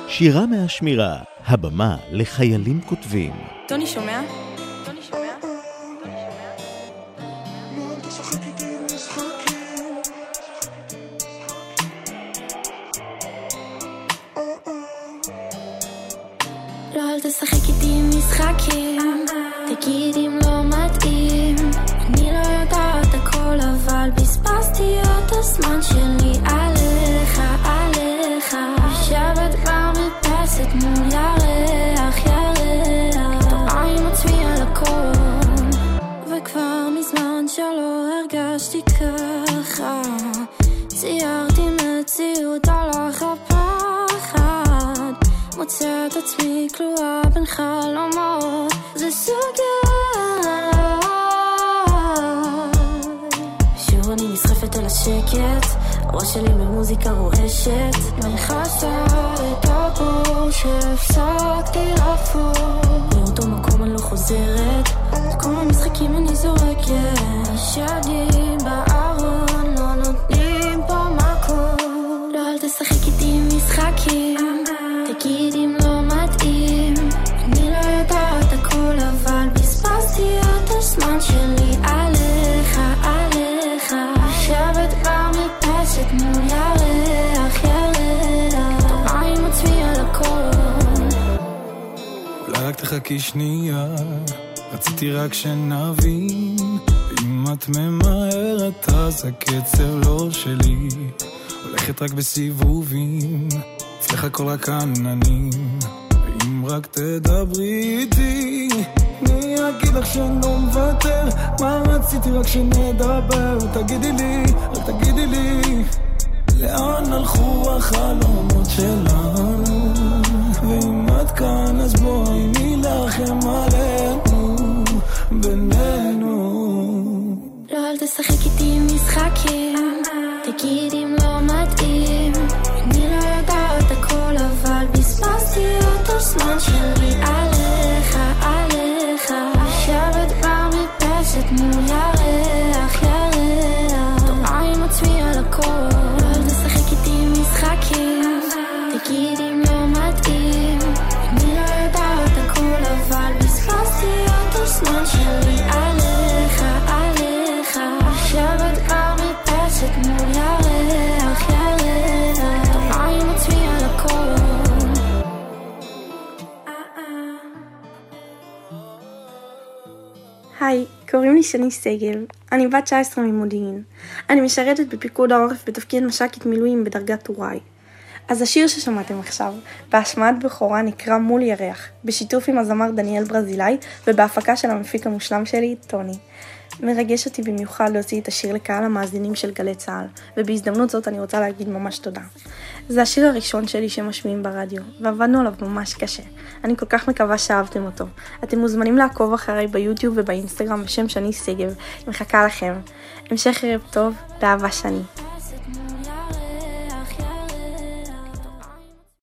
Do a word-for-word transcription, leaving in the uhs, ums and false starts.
שירה מהשמירה, הבמה לחיילים כותבים. טוני שומע? טוני שומע? לא, אל תשחק איתי משחקים, תגיד אם לא מתאים. אני לא יודעת הכל אבל בזבזתי את הזמן שלי עליך, עליך. יושבת במרפסת מול ירח, ירח, טועה עם עצמי על הכל, וכבר מזמן שלא הרגשתי ככה. ציירתי מציאות על הפחד, מוצא את עצמי כלואה בין חלומות. זה סוגר, שוב אני נסחפת על השקט, הראש שלי במוזיקה רועשת, מחסה את הבור שהפסקתי לחפור. לאותו מקום אני לא חוזרת, את כל המשחקים אני זורקת. השדים בארון לא נותנים פה מקום. לא, אל תשחק איתי משחקים, תגיד אם לא מתאים. אני לא יודעת הכל אבל בזבזתי את הזמן שלי עליך, עליך. יושבת במרפסת מול ירח, ירח, טועה עם עצמי על הכל. אולי רק תחכי שנייה, רציתי רק שנבין. אם את ממהרת אז הקצב לא שלי, הולכת רק בסיבובים, אצלך הכל רק עננים. ואם רק תדברי איתי אני אגיד לך שלא מוותר. מה רציתי רק שנדבר, תגידי לי, רק תגידי לי לאן הלכו החלומות שלנו. ואם את כאן אז בואי נילחם עלינו בינינו. לא, אל תשחק איתי משחקים, תגיד אם לא מתאים. אני לא יודעת הכל אבל בזבזתי את הזמן שלי עליך, עליך. יושבת במרפסת מול ירח, ירח, טועה עם עצמי על הכל. לא, אל תשחק איתי משחקים, תגיד אם לא מתאים. אני לא יודעת הכל אבל בזבזתי את הזמן שלי עליך, עליך. יושבת במרפסת מול ירח, ירח, טועה עם עצמי על הכל. היי, קוראים לי שני סגל, אני בת תשע עשרה ממודיעין. אני משרתת בפיקוד העורף בתפקיד מש"קית מילואים בדרגת טוראי. אז השיר ששמעתם עכשיו, בהשמעת בכורה, נקרא מול ירח, בשיתוף עם הזמר דניאל ברזילאי ובהפקה של המפיק המושלם שלי, טוני. מרגש אותי במיוחד להוציא את השיר לקהל המאזינים של גלי צהל, ובהזדמנות זאת אני רוצה להגיד ממש תודה. זה השיר הראשון שלי שמשמיעים ברדיו, ועבדנו עליו ממש קשה. אני כל כך מקווה שאהבתם אותו. אתם מוזמנים לעקוב אחריי ביוטיוב ובאינסטגרם בשם שני סגב, מחכה לכם. המשך ערב טוב, באהבה שני.